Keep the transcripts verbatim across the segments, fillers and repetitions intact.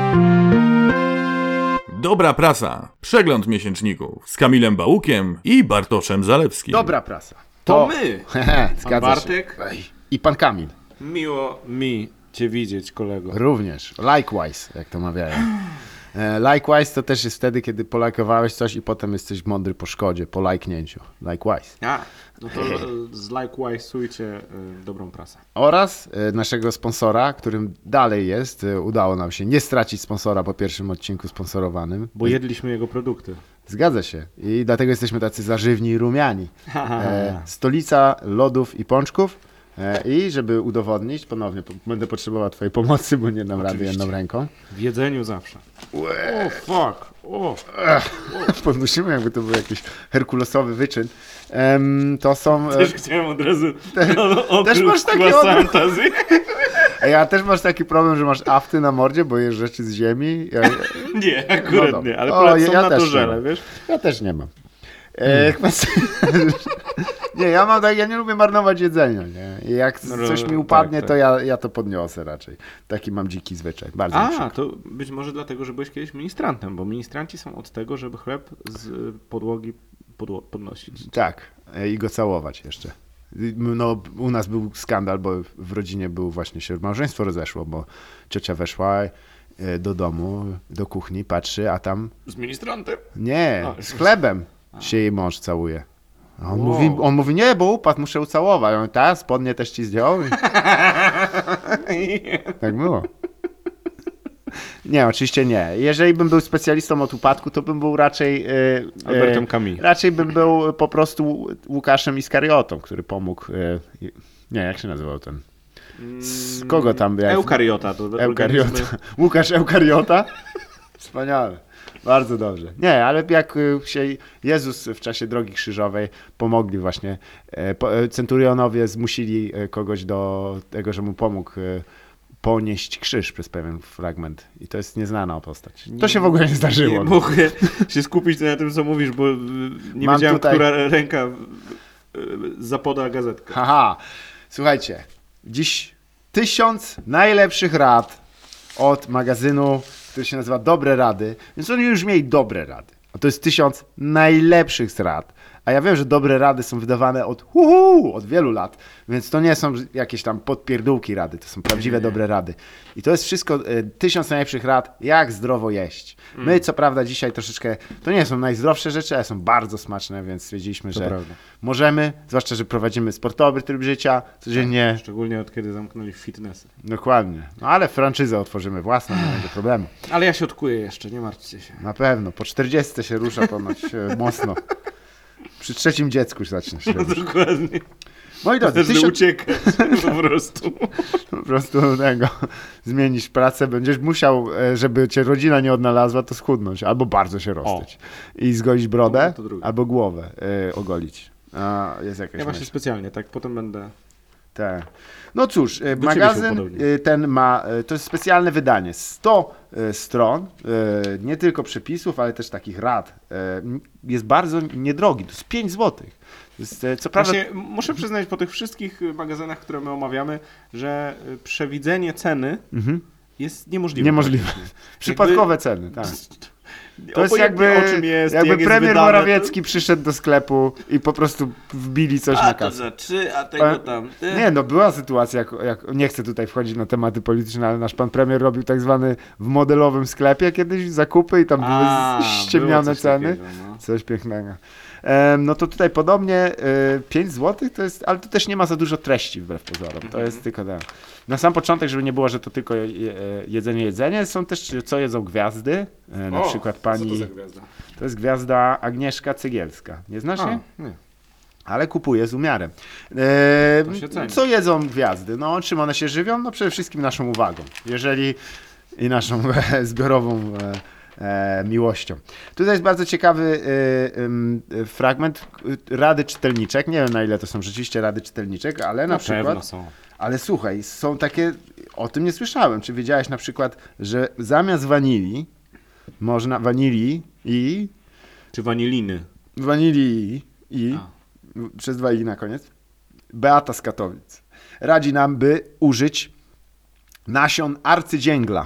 Dobra prasa. Przegląd miesięczników z Kamilem Bałukiem i Bartoszem Zalewskim. Dobra prasa. To, To my. Hehe, Pan zgadza Bartek. się. Ej, I pan Kamil. Miło mi cię widzieć, kolego. Również. Likewise, jak to mawiają. E, Likewise to też jest wtedy, kiedy polajkowałeś coś i potem jesteś mądry po szkodzie, po lajknięciu. Likewise. A, no to zlikewise'ujcie y, dobrą prasę. Oraz e, naszego sponsora, którym dalej jest. E, udało nam się nie stracić sponsora po pierwszym odcinku sponsorowanym. Bo jedliśmy jego produkty. Zgadza się. I dlatego jesteśmy tacy zażywni i rumiani. E, stolica lodów i pączków. E, I żeby udowodnić, ponownie po, będę potrzebował twojej pomocy, bo nie dam rady jedną ręką. W jedzeniu zawsze. O, fuck. O. Podnosimy, jakby to był jakiś herkulesowy wyczyn. Em, to są... Też chciałem od razu... Te, no, też masz taki fantazji. Ej, a też masz taki problem, że masz afty na mordzie, bo jesz rzeczy z ziemi? Ja... Nie, akurat no nie, ale o, polecam ja na też to nie żele, mam. wiesz? Ja też nie mam. E, nie, ja mam tak, ja nie lubię marnować jedzenia, nie? I jak No, coś mi tak, upadnie, tak. to ja, ja to podniosę raczej. Taki mam dziki zwyczaj, bardzo mi A, przykro. to być może dlatego, że byłeś kiedyś ministrantem, bo ministranci są od tego, żeby chleb z podłogi podło- podnosić. Tak, e, i go całować jeszcze. No, u nas był skandal, bo w rodzinie był właśnie się małżeństwo rozeszło, bo ciocia weszła e, do domu, do kuchni, patrzy, a tam Z ministrantem? nie, A, z chlebem się jej mąż całuje. A on, Wow. mówi, on mówi, nie, bo upadł, muszę ucałować. Ja mówię, tak, spodnie też ci zdjął. I... tak było. Nie, oczywiście nie. Jeżeli bym był specjalistą od upadku, to bym był raczej... E, Albertem e, Camus. Raczej bym był po prostu Łukaszem Iskariotą, który pomógł... E, nie, jak się nazywał ten? Z kogo tam? Jak... Eukariota. To Eukariota. organizmy- Łukasz Eukariota? Wspaniale. Bardzo dobrze. Nie, ale jak y, się Jezus w czasie drogi krzyżowej pomogli właśnie, e, po- e, centurionowie zmusili e, kogoś do tego, że mu pomógł e, ponieść krzyż przez pewien fragment. I to jest nieznana postać. To się w ogóle nie zdarzyło. Nie mogę się skupić na tym, co mówisz, bo y, nie Mam wiedziałem, tutaj- która ręka y, zapoda gazetkę. Haha. Słuchajcie, dziś tysiąc najlepszych rad od magazynu, który się nazywa Dobre Rady, więc oni już mieli dobre rady. A to jest tysiąc najlepszych z rad. A ja wiem, że dobre rady są wydawane od uhu, od wielu lat, więc to nie są jakieś tam podpierdółki rady, to są prawdziwe dobre rady. I to jest wszystko e, tysiąc najlepszych rad, jak zdrowo jeść. My, co prawda, dzisiaj troszeczkę, to nie są najzdrowsze rzeczy, ale są bardzo smaczne, więc stwierdziliśmy, To że prawda. możemy, zwłaszcza, że prowadzimy sportowy tryb życia, codziennie, Szczególnie od kiedy zamknęli fitnessy. dokładnie. No ale franczyzę otworzymy własną, nie będzie problemu. Ale ja się odkuję jeszcze, nie martwcie się. Na pewno, po czterdziestce się rusza ponoć e, mocno. Przy trzecim dziecku już zaczyna się No robić. dokładnie. Moi drodzy, Też tysiąc... uciekać po prostu. po prostu tego, zmienisz pracę, będziesz musiał, e, żeby cię rodzina nie odnalazła, to schudnąć, albo bardzo się roztyć. I zgolić brodę, To drugie. albo głowę e, ogolić. A, jest jakaś Ja właśnie myśl. specjalnie, tak potem będę... Tak. No cóż, e, ciebie się magazyn upodobnię. e, ten ma, e, to jest specjalne wydanie, sto e, stron, e, nie tylko przepisów, ale też takich rad. E, m, Jest bardzo niedrogi, to jest pięć złotych. To jest, e, co prawda, Właśnie muszę przyznać po tych wszystkich magazynach, które my omawiamy, że y, przewidzenie ceny mhm. jest niemożliwe. Niemożliwe. Przypadkowe ceny, tak. To jest Obojętnie, jakby, o czym jest, jakby jak jest premier wydane, Morawiecki przyszedł do sklepu i po prostu wbili coś To... na A to kasę. za trzy, a tego A- tam... Ty. Nie, no była sytuacja, jak, jak, nie chcę tutaj wchodzić na tematy polityczne, ale nasz pan premier robił tak zwany w modelowym sklepie kiedyś zakupy i tam A, były było ściemnione coś ceny. takiego, no. Coś pięknego. Em, no to tutaj podobnie e, pięć złotych to jest, ale to też nie ma za dużo treści wbrew pozorom. To Mhm. jest tylko tak. Na sam początek, żeby nie było, że to tylko je, je, jedzenie, jedzenie, są też co jedzą gwiazdy. E, na O, przykład Co pani, to za gwiazda? to jest gwiazda Agnieszka Cegielska. Nie znasz jej? A, nie. Ale kupuje z umiarem. E, To się ceni. co jedzą gwiazdy? No, czym one się żywią? No przede wszystkim naszą uwagą. Jeżeli i naszą zbiorową e, e, miłością. Tutaj jest bardzo ciekawy e, e, fragment rady czytelniczek. Nie wiem, na ile to są rzeczywiście rady czytelniczek, ale na, Na przykład... pewno są. Ale słuchaj, są takie... O tym nie słyszałem. Czy wiedziałeś na przykład, że zamiast wanilii można... Wanilii i... Czy waniliny? Wanilii i... A. Przez dwa i na koniec. Beata z Katowic radzi nam, by użyć nasion arcydzięgla.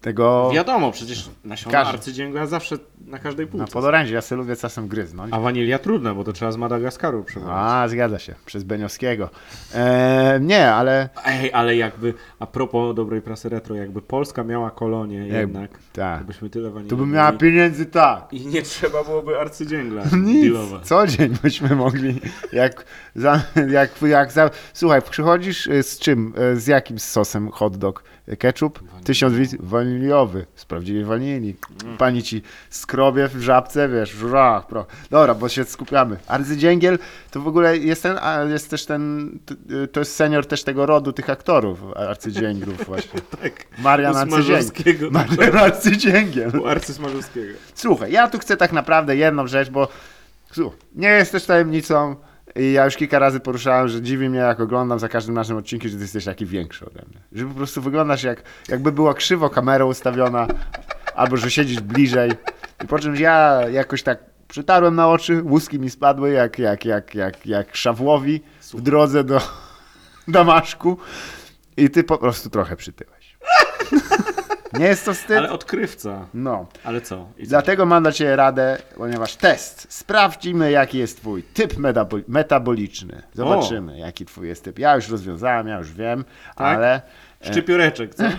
Tego Wiadomo, przecież nasiona Każdy. arcydzięgła zawsze na każdej na półce. podorędzie. Ja sobie lubię czasem gryznąć. A wanilia trudna, bo to trzeba z Madagaskaru przywołać. A, zgadza się. Przez Beniowskiego. E, nie, ale... Ej, ale jakby, a propos dobrej prasy retro, jakby Polska miała kolonię jednak, tak. to byśmy tyle wanilii Tu bym miała mieli. pieniędzy tak. I nie trzeba byłoby arcydzięgla Nic. dealować. Co dzień byśmy mogli. Jak, za, jak, jak za, słuchaj, przychodzisz y, z czym? Y, Z jakim sosem hot dog? Ketchup? Waniliowy. Tysiąc wiz... Waniliowy. Z prawdziwej wanilii. Pani ci skrobie w żabce, wiesz, w żurach. Pro. Dobra, bo się skupiamy. Arcydzięgiel to w ogóle jest ten, a jest też ten, t- to jest senior też tego rodu tych aktorów, arcydzięglów właśnie. Tak. Marian U Arcydzięgiel. Smarzowskiego. Marian Arcydzięgiel. U arcysmarzowskiego. Słuchaj, ja tu chcę tak naprawdę jedną rzecz, bo słuchaj, nie jest też tajemnicą i ja już kilka razy poruszałem, że dziwi mnie, jak oglądam za każdym naszym odcinkiem, że ty jesteś taki większy ode mnie. Że po prostu wyglądasz jak, jakby była krzywo kamera ustawiona, albo że siedzisz bliżej. I po czym ja jakoś tak przytarłem na oczy, łuski mi spadły jak, jak, jak, jak, jak Szawłowi w drodze do Damaszku i ty po prostu trochę przytyłeś. Nie jest to wstyd? Ale odkrywca. No. Ale co? I co? Dlatego mam dla Ciebie radę, ponieważ test. Sprawdzimy, jaki jest Twój typ metabol- metaboliczny. Zobaczymy, jaki Twój jest typ. Ja już rozwiązałem, ja już wiem, Tak? ale Szczypioreczek, co?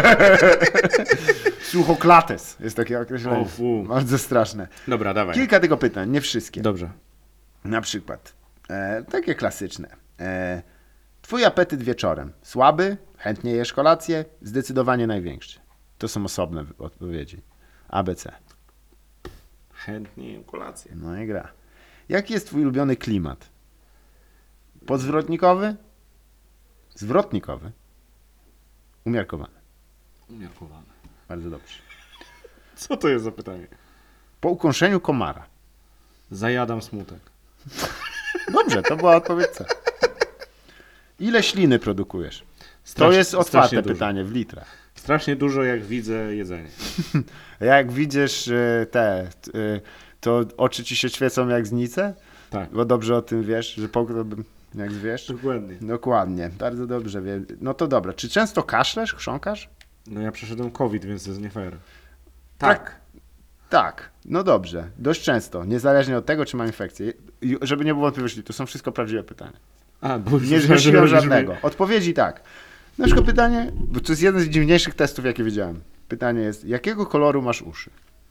suchoklates jest takie określenie. O, fu. Bardzo straszne. Dobra, dawaj. Kilka tylko pytań, nie wszystkie. Dobrze. Na przykład, e, takie klasyczne. E, twój apetyt wieczorem. Słaby? Chętnie jesz kolację? Zdecydowanie największy. To są osobne wy- odpowiedzi. A, B, C. Chętnie jem kolację. No i gra. Jaki jest twój ulubiony klimat? Podzwrotnikowy? Zwrotnikowy? Umiarkowany. Umiarkowane. Bardzo dobrze. Co to jest za pytanie? Po ukąszeniu komara. Zajadam smutek. Dobrze, to była odpowiedź C. Ile śliny produkujesz? To Strasz- jest strasznie otwarte dużo. pytanie w litrach. Strasznie dużo, jak widzę jedzenie. Jak widzisz e, te, t- e, to oczy ci się świecą jak znice? Tak, Bo dobrze o tym wiesz, że poglądam jak wiesz. dokładnie. Dokładnie, bardzo dobrze wiem. No to dobra. Czy często kaszlesz, chrząkasz? No ja przeszedłem COVID, więc to jest nie fair. Tak. Tak, no dobrze, dość często, niezależnie od tego, czy mam infekcję. I żeby nie było wątpliwości, to są wszystko prawdziwe pytania. A, bo Nie zgłosiłem żadnego. Odpowiedzi tak. Na przykład pytanie, bo to jest jeden z dziwniejszych testów, jakie widziałem. Pytanie jest, jakiego koloru masz uszy?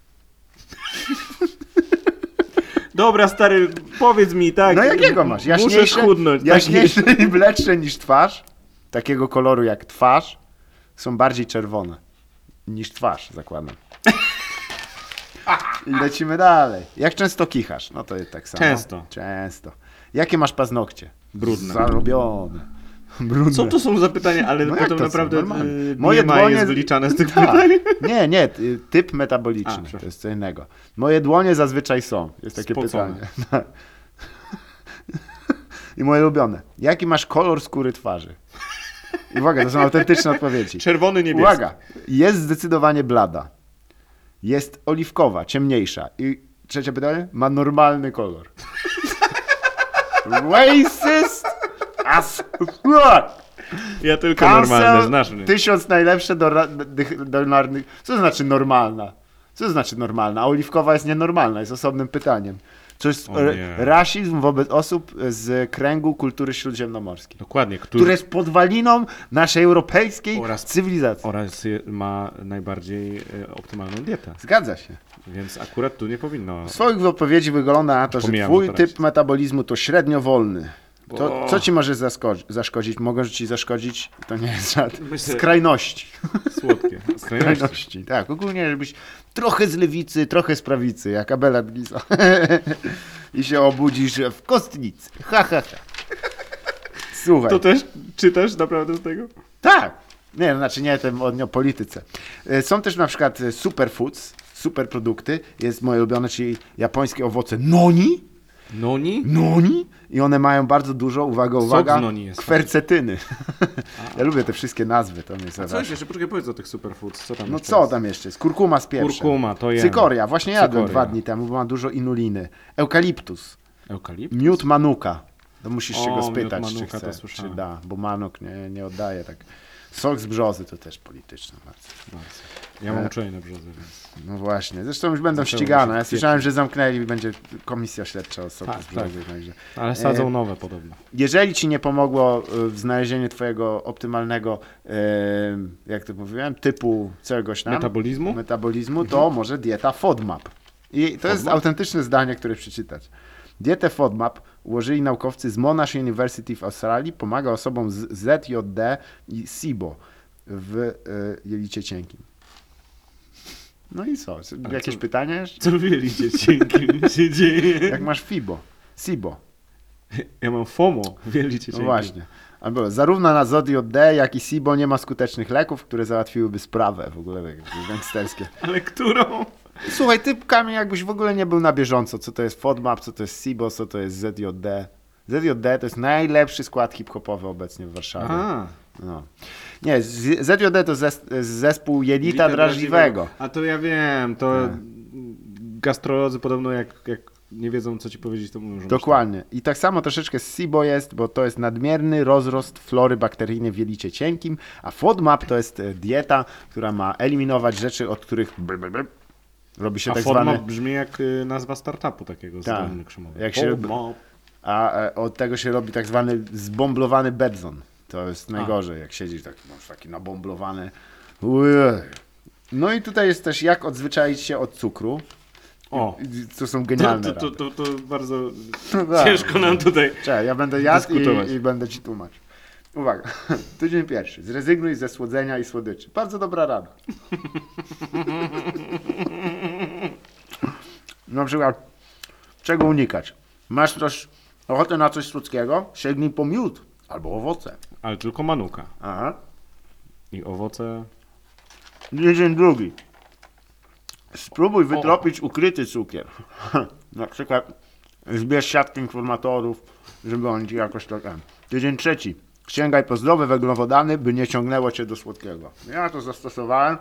Dobra, stary, powiedz mi, tak. No jakiego masz? Muszę Jaśniejsze, schudnąć. tak jaśniejsze i mleczne niż twarz? Takiego koloru jak twarz są bardziej czerwone niż twarz, zakładam. I lecimy dalej. Jak często kichasz? No to jest tak samo. Często. Często. Jakie masz paznokcie? Brudne. Zarobione. Brudne. Co to są za pytania, ale No jak potem to są? naprawdę Normalne. y, Moje B M I dłonie- jest wyliczane z tych Tak. pytań. Nie, nie, ty- typ A, metaboliczny, przepraszam. to jest co innego. Moje dłonie zazwyczaj są, jest takie Spocone. pytanie. I moje ulubione. Jaki masz kolor skóry twarzy? I uwaga, to są autentyczne odpowiedzi. Czerwony, niebieski. Uwaga, jest zdecydowanie blada. Jest oliwkowa, ciemniejsza. I trzecie pytanie, ma normalny kolor. Racist as fuck! Ja tylko normalne, znasz mnie. Tysiąc najlepsze do, ra- dych- do narnych. Co to znaczy normalna? Co to znaczy normalna? A oliwkowa jest nienormalna, jest osobnym pytaniem. To jest O r- nie. rasizm wobec osób z kręgu kultury śródziemnomorskiej, Dokładnie, który które jest podwaliną naszej europejskiej Oraz- cywilizacji. oraz je- ma najbardziej e, optymalną dietę. Zgadza się. Więc akurat tu nie powinno. W swoich odpowiedzi wygląda na to, że Pomijam twój to teraz. typ metabolizmu to średnio wolny. To, O. co ci może zasko- zaszkodzić? Mogą ci zaszkodzić, to nie jest żaden. Myślę- Skrajności. Słodkie. Skrajności. Skrajności. Tak, ogólnie żebyś trochę z lewicy, trochę z prawicy, jak Abelard Giza. I się obudzisz w kostnicy. Ha, ha, ha. Słuchaj. To też czytasz naprawdę z tego? Tak. Nie, no znaczy nie, tym o, o polityce. E, Są też na przykład e, superfoods, superprodukty. Jest moje ulubione, czyli japońskie owoce noni. Noni? Noni? I one mają bardzo dużo, uwaga, Sok uwaga, z noni jest. kwercetyny. Ja lubię te wszystkie nazwy. To mnie A zaraz. coś jeszcze, poczekaj, powiedz o tych superfoods. Co tam No jeszcze co jest? tam jeszcze jest? Kurkuma z pieprzem. Kurkuma, to jem. Cykoria, właśnie jadłem Cykoria. dwa dni temu, bo ma dużo inuliny. Eukaliptus, Eukaliptus? miód manuka. To musisz się O, go miód spytać, manuka, czy to chce, czy słyszałem. da, bo manuk nie, nie oddaje tak. Sok z brzozy to też polityczne bardzo. Bardzo. Ja mam uczenie na brzozę, więc... No właśnie, zresztą już będą Zaczęło ścigane. się Ja słyszałem, pieprzyć. że zamknęli i będzie komisja śledcza o soku Tak, z brzozy. Także. Ale sadzą E, nowe podobno. Jeżeli ci nie pomogło y, w znalezieniu twojego optymalnego, y, jak to mówiłem, typu czegoś tam, Metabolizmu? metabolizmu, to może dieta FODMAP. I to jest FODMAP? autentyczne zdanie, które przeczytać. Dietę FODMAP ułożyli naukowcy z Monash University w Australii. Pomaga osobom z Z J D i SIBO w y, jelicie cienkim. No i co? Jakieś co- pytania jeszcze? Co wieliście cienkim się dzieje? Jak masz FIBO? SIBO. Ja mam FOMO, wielicie No cienkim. właśnie. Albo zarówno na Z J D, jak i SIBO nie ma skutecznych leków, które załatwiłyby sprawę. W ogóle jakieś gangsterskie. Ale którą? Słuchaj, ty Kamil, jakbyś w ogóle nie był na bieżąco, co to jest FODMAP, co to jest SIBO, co to jest Z J D. Z J D to jest najlepszy skład hip-hopowy obecnie w Warszawie. A, No. Nie, z- Z J D to zes- zespół jelita drażliwego. A to ja wiem, to Tak. gastrolodzy podobno jak, jak nie wiedzą, co ci powiedzieć, to mówią, że Dokładnie. I tak samo troszeczkę z SIBO jest, bo to jest nadmierny rozrost flory bakteryjnej w jelicie cienkim, a FODMAP to jest e, dieta, która ma eliminować rzeczy, od których br, br, br, robi się A tak forma zwany... brzmi jak y, nazwa startupu takiego z Tak. Doliny Krzemowej. Jak się- Forma. A e, od tego się robi tak zwany zbomblowany bedzon. To jest najgorzej, jak siedzisz tak, masz taki nabomblowany. Ujej. No i tutaj jest też jak odzwyczaić się od cukru. O, I to są to, genialne to, to, rady. to, to bardzo No tak. ciężko nam tutaj. Czekaj, ja będę jadł dyskutować. i, i będę ci tłumaczył. Uwaga, tydzień pierwszy. Zrezygnuj ze słodzenia i słodyczy. Bardzo dobra rada. Na przykład, czego unikać? Masz też ochotę na coś słodkiego? Sięgnij po miód albo owoce. Ale tylko manuka. Aha. I owoce. Tydzień drugi. Spróbuj wytropić ukryty cukier. Na przykład zbierz siatkę informatorów, żeby oni ci jakoś tak... em. Tydzień trzeci. Sięgaj po zdrowe węglowodany, by nie ciągnęło cię do słodkiego. Ja to zastosowałem.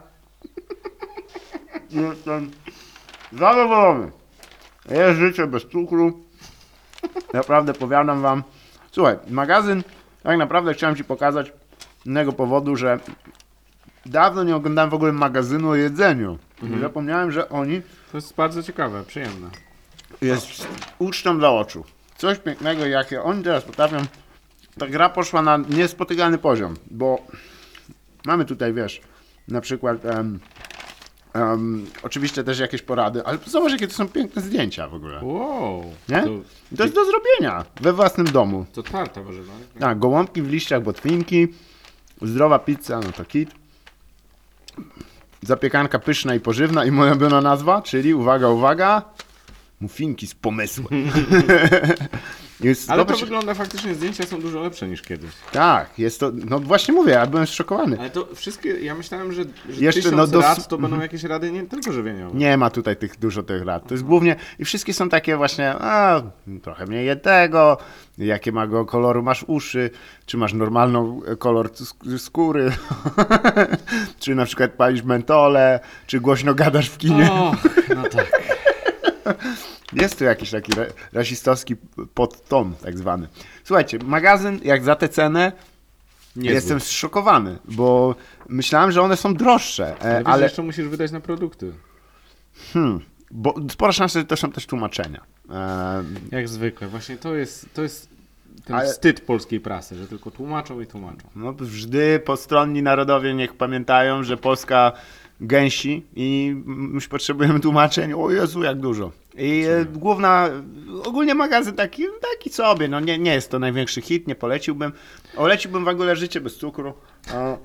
Jestem zadowolony. Jest życie bez cukru. Naprawdę powiadam wam. Słuchaj, magazyn, tak naprawdę chciałem ci pokazać z innego powodu, że dawno nie oglądałem w ogóle magazynu o jedzeniu. I zapomniałem, że oni To jest bardzo ciekawe, przyjemne. jest ucztą dla oczu. Coś pięknego, jakie oni teraz potrafią. Ta gra poszła na niespotykany poziom, bo mamy tutaj, wiesz, na przykład em, em, oczywiście też jakieś porady, ale zobacz, jakie to są piękne zdjęcia w ogóle. Wow. Nie? To, To jest do zrobienia we własnym domu. to tarta warzywa. nie? Tak, gołąbki w liściach botwinki, zdrowa pizza, no to kit. Zapiekanka pyszna i pożywna i moja ulubiona nazwa, czyli uwaga, uwaga, muffinki z pomysłem. Jest Ale zobacz- to wygląda faktycznie, zdjęcia są dużo lepsze niż kiedyś. Tak, jest to, no właśnie mówię, ja byłem zszokowany. Ale to wszystkie, ja myślałem, że, że Jeszcze, tysiąc no, dos- rad to będą jakieś rady nie tylko żywieniowe. Nie ma tutaj tych, dużo tych rad. To jest głównie, i wszystkie są takie właśnie, a, trochę mniej je tego, jakie ma go koloru masz uszy, czy masz normalną e, kolor sk- skóry, czy na przykład palisz mentole, czy głośno gadasz w kinie. O, no tak. Jest tu jakiś taki ra- rasistowski podton tak zwany. Słuchajcie, magazyn jak za tę cenę Niezły. jestem zszokowany, bo myślałem, że one są droższe, e, Ale, wiesz, ale jeszcze musisz wydać na produkty. hmm, bo spora szansa, że to są też tłumaczenia. E, Jak zwykle. Właśnie to jest, to jest ten Ale- wstyd polskiej prasy, że tylko tłumaczą i tłumaczą. No, wżdy postronni narodowie niech pamiętają, że Polska gęsi i już potrzebujemy tłumaczeń. O Jezu, jak dużo. I e, główna, ogólnie magazyn taki, taki sobie, no nie, nie jest to największy hit, nie poleciłbym. Oleciłbym w ogóle życie bez cukru. A...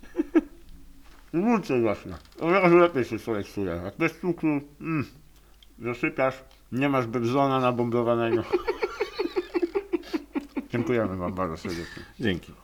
Wrócę właśnie. Od razu lepiej się człowiek czuje. Jak bez cukru, mm, zasypiasz, nie masz bebzona nabombowanego. Dziękujemy wam bardzo serdecznie. Dzięki.